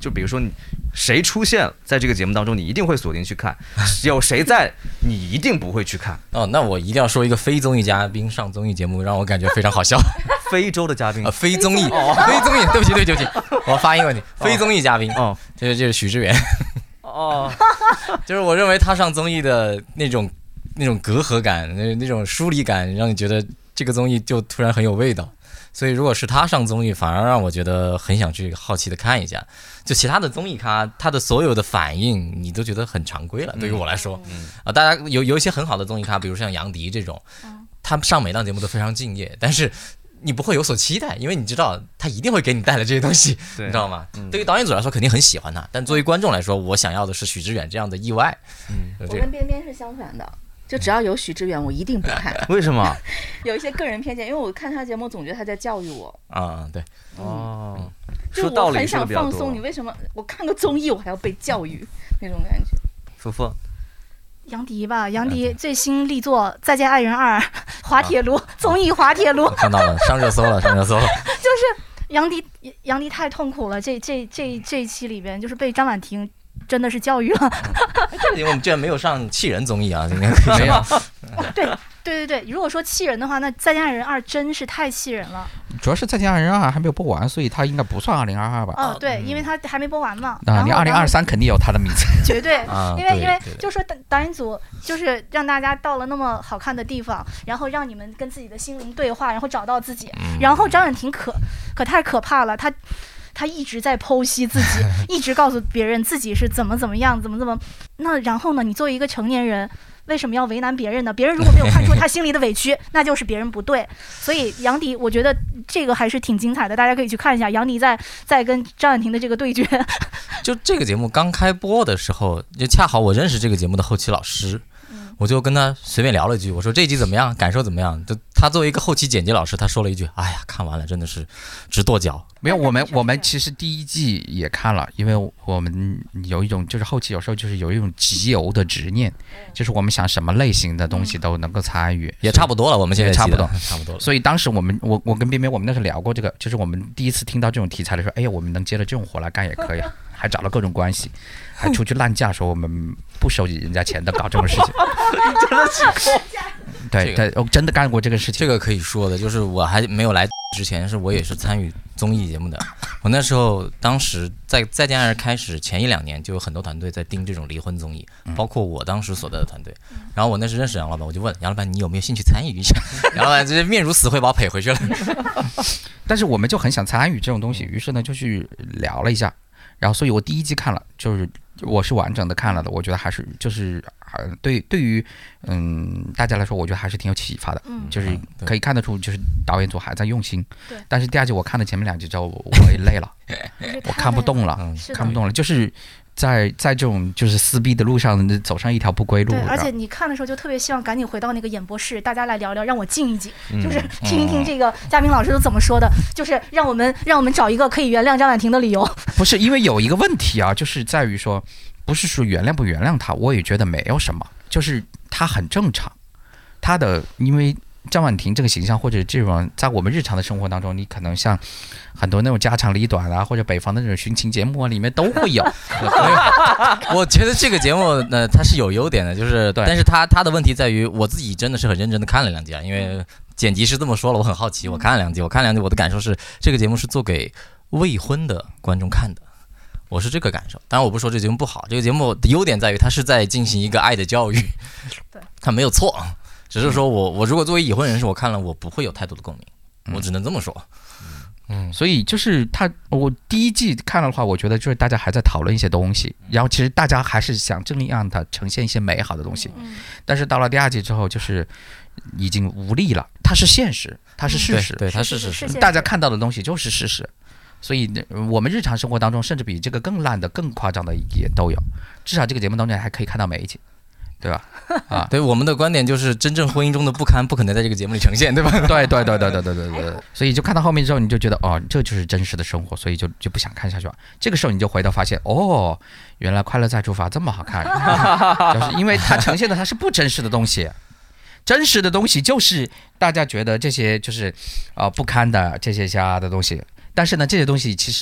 就比如说谁出现在这个节目当中，你一定会锁定去看；有谁在，你一定不会去看。 哦，那我一定要说一个非综艺嘉宾上综艺节目，让我感觉非常好笑。 非洲的嘉宾非综艺，非综艺，对不起，我发音问题，非综艺嘉宾，就是许知远。就是我认为他上综艺的那种隔阂感，那种疏离感，让你觉得这个综艺就突然很有味道。所以如果是他上综艺，反而让我觉得很想去好奇的看一下。就其他的综艺咖，他的所有的反应你都觉得很常规了，对于我来说。大家有一些很好的综艺咖，比如像杨迪这种，他上每档节目都非常敬业，但是你不会有所期待，因为你知道他一定会给你带来这些东西，你知道吗？对于导演组来说肯定很喜欢他，但作为观众来说，我想要的是许知远这样的意外。 我跟边边是相反的。就只要有许知远，我一定不看。 为什么？ 有一些个人偏见，因为我看他节目总觉得他在教育我。 对。 就我很想放松，你为什么我看个综艺我还要被教育那种感觉？ 福福。 杨迪吧，杨迪最新力作《再见爱人2》滑铁卢综艺滑铁卢， 看到了，上热搜了。 就是杨迪太痛苦了，这一期里边就是被张婉婷真的是教育了。 因为我们居然没有上气人综艺啊，应该没有。 对，如果说气人的话，那《再见爱人2》真是太气人了。 主要是《再见爱人2》还没有播完，所以它应该不算2022吧？ 对，因为它还没播完嘛。 你2023肯定有它的名字。 绝对，因为就说导演组就是让大家到了那么好看的地方，然后让你们跟自己的心灵对话，然后找到自己。然后张婉婷可太可怕了，他一直在剖析自己，一直告诉别人自己是怎么样，怎么。那然后呢？你作为一个成年人，为什么要为难别人呢？别人如果没有看出他心里的委屈，那就是别人不对。所以杨迪，我觉得这个还是挺精彩的，大家可以去看一下杨迪在跟张婉婷的这个对决。 就这个节目刚开播的时候，就恰好我认识这个节目的后期老师。我就跟他随便聊了一句，我说这一集怎么样，感受怎么样？就他作为一个后期剪辑老师，他说了一句：“哎呀，看完了真的是直跺脚。” 没有，我们其实第一季也看了，因为我们有一种就是后期有时候就是有一种集邮的执念，就是我们想什么类型的东西都能够参与， 也差不多了。我们现在差不多了。 所以当时我跟边边我们那时候聊过这个，就是我们第一次听到这种题材的时候，哎呀，我们能接着这种活来干也可以，还找了各种关系，还出去烂价说我们不收人家钱的搞这种事情。 真的是对，我真的干过这个事情。 这个可以说的，就是我还没有来之前，我也是参与综艺节目的。我那时候当时在再见爱人开始前1-2年，就有很多团队在盯这种离婚综艺，包括我当时所在的团队。然后我那时认识杨老板，我就问杨老板你有没有兴趣参与一下？杨老板直接面如死灰把我赔回去了。 但是我们就很想参与这种东西，于是呢就去聊了一下。然后所以我第一季看了，就是我是完整的看了的，我觉得还是就是对于大家来说，我觉得还是挺有启发的，就是可以看得出就是导演组还在用心。但是第二季我看了前面2集之后，我也累了，我看不动了，就是在这种就是撕逼的路上走上一条不归路。 对，而且你看的时候就特别希望赶紧回到那个演播室，大家来聊聊，让我静一静，就是听一听这个嘉宾老师都怎么说的，就是让我们找一个可以原谅张婉婷的理由。 不是，因为有一个问题啊，就是在于说，不是说原谅不原谅他，我也觉得没有什么，就是他很正常，因为张婉婷这个形象或者这种在我们日常的生活当中，你可能像很多那种家长里短啊，或者北方的那种寻情节目啊，里面都会有。 我觉得这个节目呢，它是有优点的，就是但是它的问题在于，我自己真的是很认真的看了2集啊，因为剪辑师这么说了，我很好奇，我看了2集，我的感受是这个节目是做给未婚的观众看的。我是这个感受，当然我不说这个节目不好，这个节目的优点在于它是在进行一个爱的教育，它没有错，只是说我如果作为已婚人士，我看了我不会有太多的共鸣，我只能这么说。 所以就是我第一季看了的话，我觉得就是大家还在讨论一些东西，然后其实大家还是想尽力让它呈现一些美好的东西，但是到了第2季之后，就是已经无力了，它是现实，它是事实， 对，它是事实， 大家看到的东西就是事实。所以我们日常生活当中，甚至比这个更烂的、更夸张的也都有。至少这个节目当中还可以看到美景，对吧？ 对，我们的观点就是真正婚姻中的不堪不可能在这个节目里呈现，对吧？ 对。所以就看到后面之后，你就觉得这就是真实的生活，所以就不想看下去了。这个时候你就回头发现，原来《快乐再出发》这么好看，就是因为它呈现的它是不真实的东西。真实的东西就是大家觉得这些就是不堪的这些瞎的东西。但是呢，这些东西其实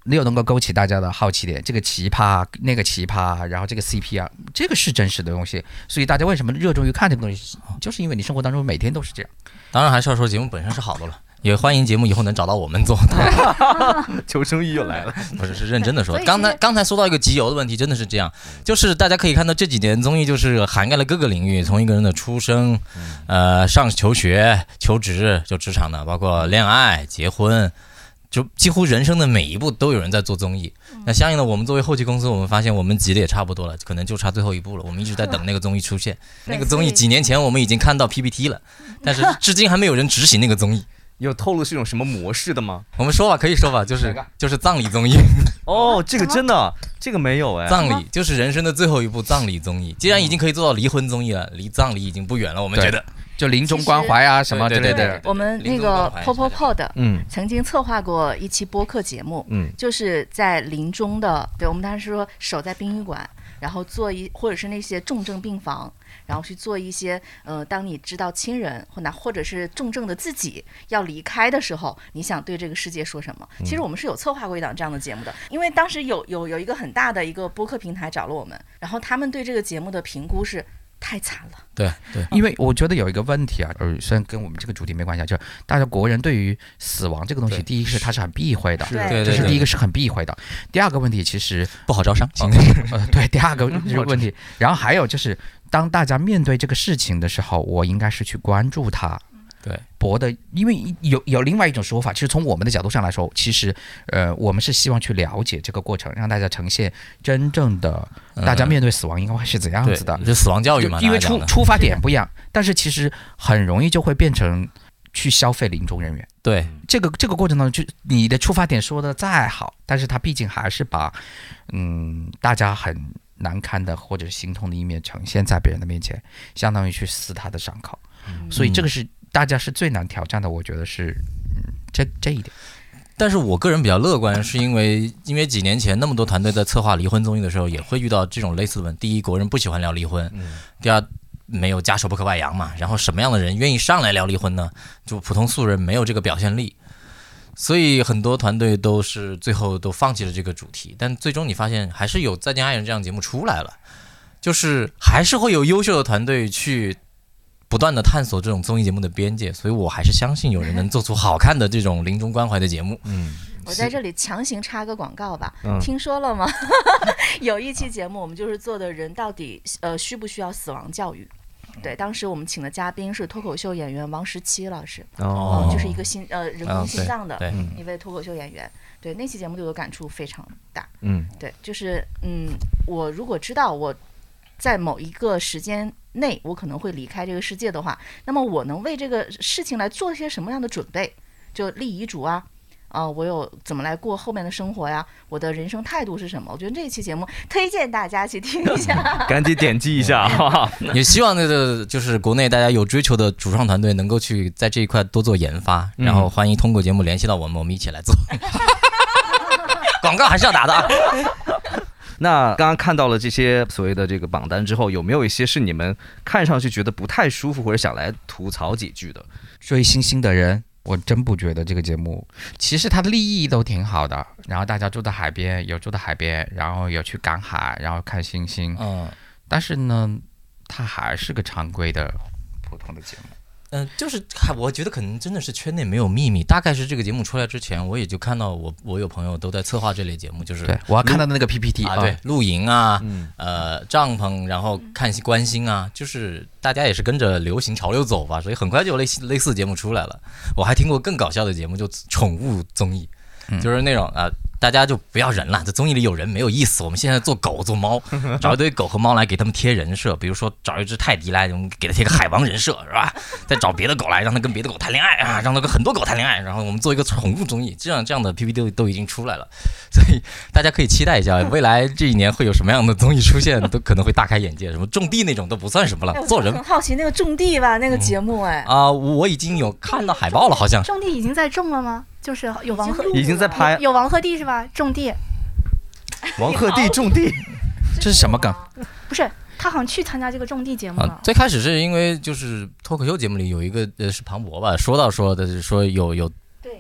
又能够勾起大家的好奇点，这个奇葩那个奇葩，然后这个 CP 啊，这个是真实的东西，所以大家为什么热衷于看这个东西，就是因为你生活当中每天都是这样。 当然还是要说节目本身是好的了。也欢迎节目以后能找到我们做， 求生欲又来了。 不是认真的说，刚才说到一个集邮的问题，真的是这样，就是大家可以看到这几年综艺就是涵盖了各个领域，从一个人的出生，上求学、求职，就职场的，包括恋爱、结婚，就几乎人生的每一步都有人在做综艺。那相应的，我们作为后期公司，我们发现我们挤的也差不多了，可能就差最后一步了。我们一直在等那个综艺出现，那个综艺几年前我们已经看到 PPT 了，但是至今还没有人执行那个综艺。 有透露是一种什么模式的吗？ 我们说吧，可以说吧，就是葬礼综艺。 哦，这个真的，这个没有哎。 葬礼就是人生的最后一部葬礼综艺，既然已经可以做到离婚综艺了，离葬礼已经不远了。我们觉得就临终关怀啊什么之类的。 我们那个 POPOPOD 曾经策划过一期播客节目，就是在临终的，对我们当时说守在殡仪馆，然后或者是那些重症病房。然后去做一些当你知道亲人或者是重症的自己要离开的时候，你想对这个世界说什么？其实我们是有策划过一档这样的节目的，因为当时有一个很大的一个播客平台找了我们，然后他们对这个节目的评估是太惨了。 对， 因为我觉得有一个问题啊，虽然跟我们这个主题没关系，就是大家国人对于死亡这个东西，第一是它是很避讳的， 对， 这是第一个是很避讳的。第二个问题其实不好招商， 对，第二个问题，然后还有就是。当大家面对这个事情的时候，我应该是去关注它。 对， 博的，因为有另外一种说法，其实从我们的角度上来说，其实我们是希望去了解这个过程，让大家呈现真正的大家面对死亡应该会是怎样子的， 就死亡教育嘛。 因为出发点不一样，但是其实很容易就会变成去消费临终人员。 对， 这个过程当中，就你的出发点说的再好，但是它毕竟还是把大家很难堪的或者心痛的一面呈现在别人的面前，相当于去撕他的伤口，所以这个是大家是最难挑战的，我觉得是这一点。 但是我个人比较乐观，是因为几年前那么多团队在策划离婚综艺的时候，也会遇到这种类似的问题。第一，国人不喜欢聊离婚；第二，没有家丑不可外扬嘛。然后什么样的人愿意上来聊离婚呢？就普通素人没有这个表现力。所以很多团队都是最后都放弃了这个主题，但最终你发现还是有《再见爱人》这样节目出来了，就是还是会有优秀的团队去不断的探索这种综艺节目的边界，所以我还是相信有人能做出好看的这种临终关怀的节目。 我在这里强行插个广告吧，听说了吗？有一期节目我们就是做的人到底需不需要死亡教育。对，当时我们请的嘉宾是脱口秀演员王17老师，就是一个人工心脏的一位脱口秀演员。对，那期节目对我感触非常大。对，就是我如果知道我在某一个时间内我可能会离开这个世界的话，那么我能为这个事情来做些什么样的准备？就立遗嘱啊。我有怎么来过后面的生活呀？我的人生态度是什么？我觉得这一期节目推荐大家去听一下， 赶紧点击一下哈。 也希望那个就是国内大家有追求的主创团队能够去在这一块多做研发，然后欢迎通过节目联系到我们一起来做。广告还是要打的啊。 那刚刚看到了这些所谓的这个榜单之后，有没有一些是你们看上去觉得不太舒服或者想来吐槽几句的？ 追星星的人。我真不觉得这个节目，其实它的立意都挺好的，然后大家住在海边，有住在海边，然后有去赶海，然后看星星，但是呢，它还是个常规的普通的节目。 就是我觉得可能真的是圈内没有秘密，大概是这个节目出来之前，我也就看到我有朋友都在策划这类节目，就是对我要看到那个 PPT 啊，对，露营啊，帐篷，然后看观星啊，就是大家也是跟着流行潮流走吧，所以很快就有类似节目出来了。我还听过更搞笑的节目，就宠物综艺，就是那种大家就不要人了，这综艺里有人没有意思。我们现在做狗做猫，找一堆狗和猫来给他们贴人设，比如说找一只泰迪来，我们给它贴个海王人设，是吧？再找别的狗来，让它跟别的狗谈恋爱啊，让它跟很多狗谈恋爱，然后我们做一个宠物综艺，这样的 PPT 都已经出来了，所以大家可以期待一下，未来这一年会有什么样的综艺出现，都可能会大开眼界。什么种地那种都不算什么了，做人。 很好奇那个种地吧，那个节目我已经有看到海报了，好像种地已经在种了吗？就是有王鹤已经在拍， 有王鹤棣是吧？种地， 王鹤棣种地， 这是什么梗？ 不是，他好像去参加这个种地节目了。 最开始是因为就是脱口秀节目里有一个是庞博吧，说有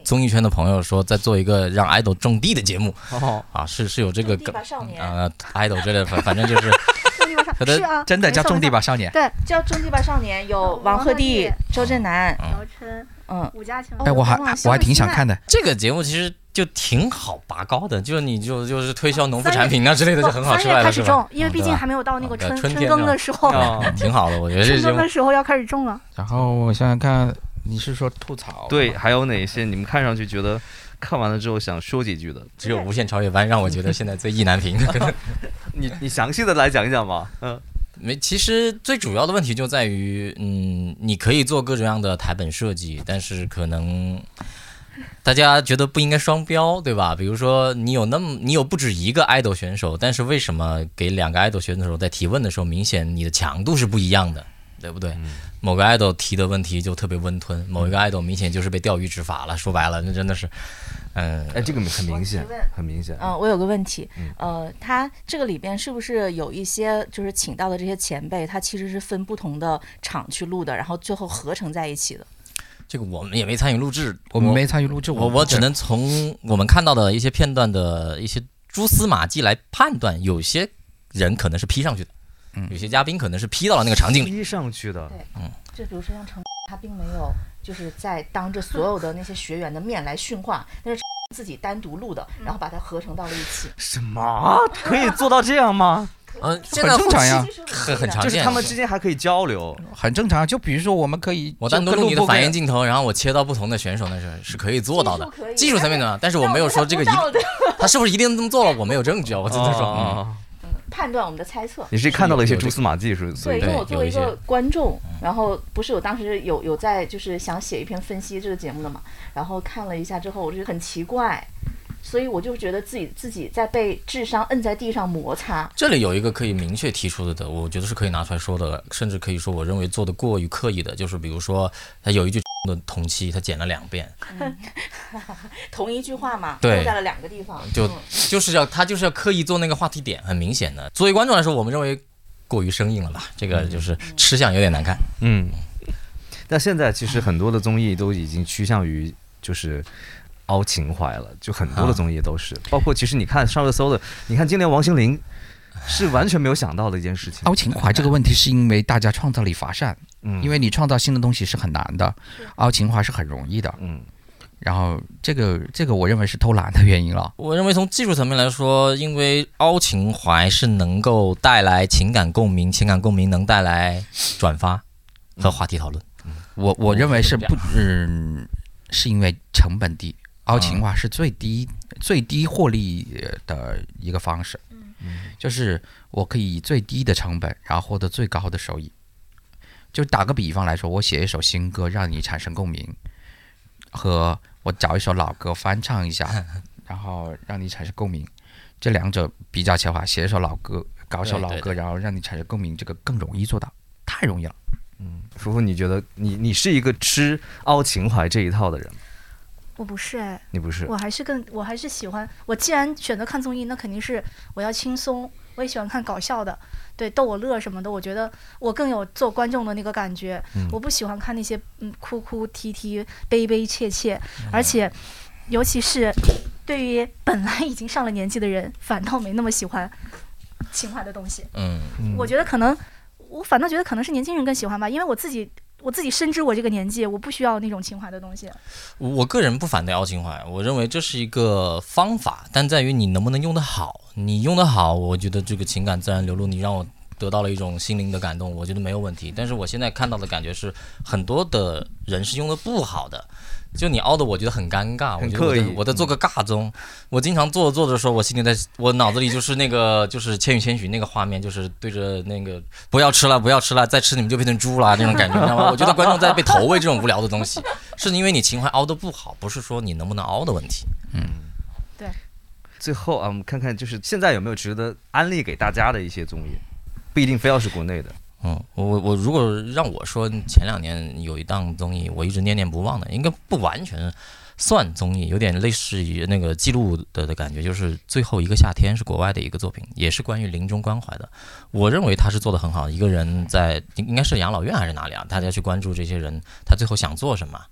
综艺圈的朋友说在做一个让爱豆种地的节目， 哦啊，是有这个种地吧少年爱豆之类的，反正就是是啊， 真的叫种地吧少年， 对， 叫种地吧少年，有王鹤棣、周震南、 姚晨、伍家强。 哎，我还挺想看的。 这个节目其实就挺好拔高的，就是你就是推销农副产品啊之类的就很好出来了，是吧？ 因为毕竟还没有到那个春天耕的时候， 挺好的，我觉得这春耕的时候要开始种了。 然后我想想看，你是说吐槽？ 对，还有哪些你们看上去觉得看完了之后想说几句的？ 只有无限超越班让我觉得现在最意难平。 你详细的来讲一讲吧。 其实最主要的问题就在于，你可以做各种各样的台本设计，但是可能大家觉得不应该双标，对吧？比如说你有不止一个爱豆选手，但是为什么给2个爱豆选手在提问的时候，明显你的强度是不一样的，对不对？某个爱豆提的问题就特别温吞，某一个爱豆明显就是被钓鱼执法了。说白了，那真的是， 这个很明显，很明显。 我有个问题，他这个里边是不是有一些就是请到的这些前辈，他其实是分不同的场去录的，然后最后合成在一起的？ 这个我们也没参与录制， 我只能从我们看到的一些片段的一些蛛丝马迹来判断，有些人可能是 P 上去的。有些嘉宾可能是 P 到了那个场景里 P 上去的， 对，就比如说像程，他并没有就是在当着所有的那些学员的面来训话，那是自己单独录的，然后把它合成到了一起。 什么可以做到这样吗？ 现在很正常呀， 很常见， 就是他们之间还可以交流， 很正常。就比如说我们可以， 我单独录你的反应镜头，然后我切到不同的选手，那是可以做到的，技术层面的。但是我没有说这个他是不是一定这么做了，我没有证据啊，我只能说。 判断我们的猜测， 你是看到了一些蛛丝马迹，所以对，因为我作为一个观众，然后不是我当时有在就是想写一篇分析这个节目的嘛，然后看了一下之后，我就很奇怪，所以我就觉得自己在被智商摁在地上摩擦。 这里有一个可以明确提出的，我觉得是可以拿出来说的，甚至可以说我认为做的过于刻意的，就是比如说他有一句的同期他剪了2遍， 同一句话嘛， 对， 在了2个地方， 就是要刻意做那个话题点，很明显的。作为观众来说，我们认为过于生硬了吧，这个就是吃相有点难看。 但现在其实很多的综艺都已经趋向于就是凹情怀了，就很多的综艺都是，包括其实你看上热搜的，你看今年王心凌是完全没有想到的一件事情。 凹情怀这个问题是因为大家创造力乏善，因为你创造新的东西是很难的，凹情怀是很容易的，然后这个我认为是偷懒的原因了。 我认为从技术层面来说，因为凹情怀是能够带来情感共鸣，情感共鸣能带来转发和话题讨论。 我认为是是因为成本低，凹情怀是最低获利的一个方式。就是我可以以最低的成本，然后获得最高的收益。就打个比方来说，我写一首新歌让你产生共鸣，和我找一首老歌翻唱一下，然后让你产生共鸣，这两者比较起来的话，写一首老歌，搞一首老歌，然后让你产生共鸣，这个更容易做到，太容易了。 福福，你觉得你是一个吃凹情怀这一套的人吗？ 我不是哎， 你不是？ 我还是喜欢。我既然选择看综艺，那肯定是我要轻松。我也喜欢看搞笑的，对，逗我乐什么的。我觉得我更有做观众的那个感觉。我不喜欢看那些哭哭啼啼、悲悲切切，而且尤其是对于本来已经上了年纪的人，反倒没那么喜欢情怀的东西。我觉得我反倒觉得可能是年轻人更喜欢吧，因为我自己深知我这个年纪，我不需要那种情怀的东西。 我个人不反对凹情怀，我认为这是一个方法，但在于你能不能用得好。你用得好，我觉得这个情感自然流露，你让我得到了一种心灵的感动，我觉得没有问题。但是我现在看到的感觉是，很多的人是用得不好的。就你凹的，我觉得很尴尬， 很刻意。 我在做个尬综，我经常做着的时候，我脑子里就是那个就是《千与千寻》那个画面，就是对着那个不要吃了，再吃你们就变成猪了那种感觉，你知道吗？我觉得观众在被投喂这种无聊的东西，是因为你情怀凹的不好，不是说你能不能凹的问题。 对。 最后啊，我们看看就是现在有没有值得安利给大家的一些综艺，不一定非要是国内的。 我如果让我说前2年有一档综艺我一直念念不忘的，应该不完全算综艺，有点类似于那个记录的感觉，就是《最后一个夏天》是国外的一个作品，也是关于临终关怀的。我认为他是做得很好，一个人在应该是养老院还是哪里啊，大家去关注这些人他最后想做什么，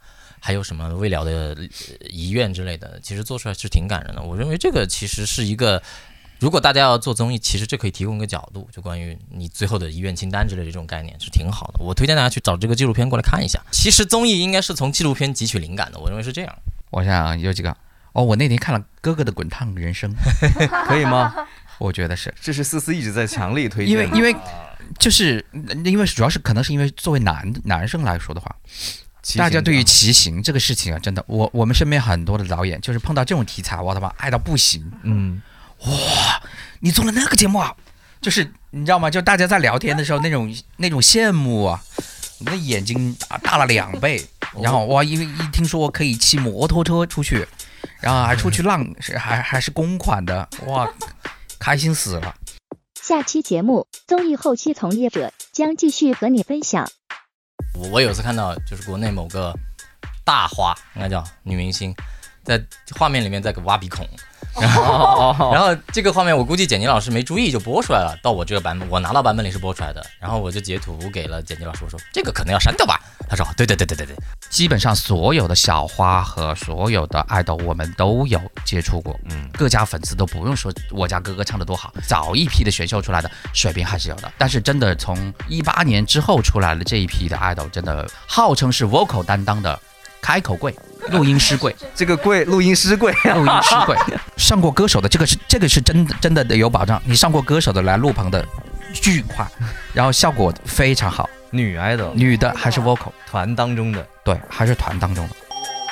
还有什么未了的遗愿之类的，其实做出来是挺感人的。我认为这个其实是一个，如果大家要做综艺，其实这可以提供一个角度，就关于你最后的遗愿清单之类的这种概念是挺好的。我推荐大家去找这个纪录片过来看一下。其实综艺应该是从纪录片汲取灵感的，我认为是这样。 我想有几个我那天看了《哥哥的滚烫人生》， 可以吗？ 我觉得是， 这是思思一直在强力推荐的， 因为就是因为主要是可能是因为作为男生来说的话，大家对于骑行这个事情啊，真的，我们身边很多的导演就是碰到这种题材，我他妈爱到不行。哇，你做了那个节目啊，就是你知道吗？就大家在聊天的时候那种羡慕啊，我的眼睛大了2倍。然后哇，因为一听说我可以骑摩托车出去，然后还出去浪，还是公款的，哇，开心死了。 下期节目，综艺后期从业者将继续和你分享。 我有次看到就是国内某个大花，应该叫女明星，在画面里面在给挖鼻孔。然后这个画面我估计剪辑老师没注意就播出来了，到我这个版本，我拿到版本里是播出来的，然后我就截图给了剪辑老师，我说这个可能要删掉吧，他说对， 基本上所有的小花和所有的爱豆我们都有接触过，各家粉丝都不用说我家哥哥唱得多好，早一批的选秀出来的水平还是有的，但是真的从18年之后出来的这一批的爱豆，真的号称是 vocal 担当的开口贵。录音师贵， 这个贵，录音师贵， 录音师贵。上过歌手的这个是真的有保障，你上过歌手的来录棚的巨快，然后效果非常好。 女idol， 女的还是 vocal 团当中的， 对，还是团当中的。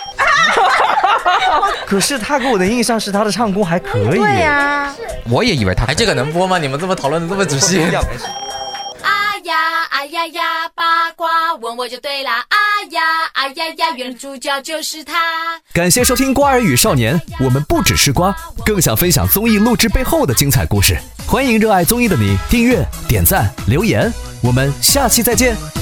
可是他给我的印象是他的唱功还可以。 对呀， 我也以为他这个能播吗？你们这么讨论的这么仔细。 哎呀呀，八卦问我就对啦！哎呀呀，原来主角就是他。 感谢收听《瓜儿与少年》，我们不只是瓜，更想分享综艺录制背后的精彩故事。欢迎热爱综艺的你订阅、点赞、留言，我们下期再见。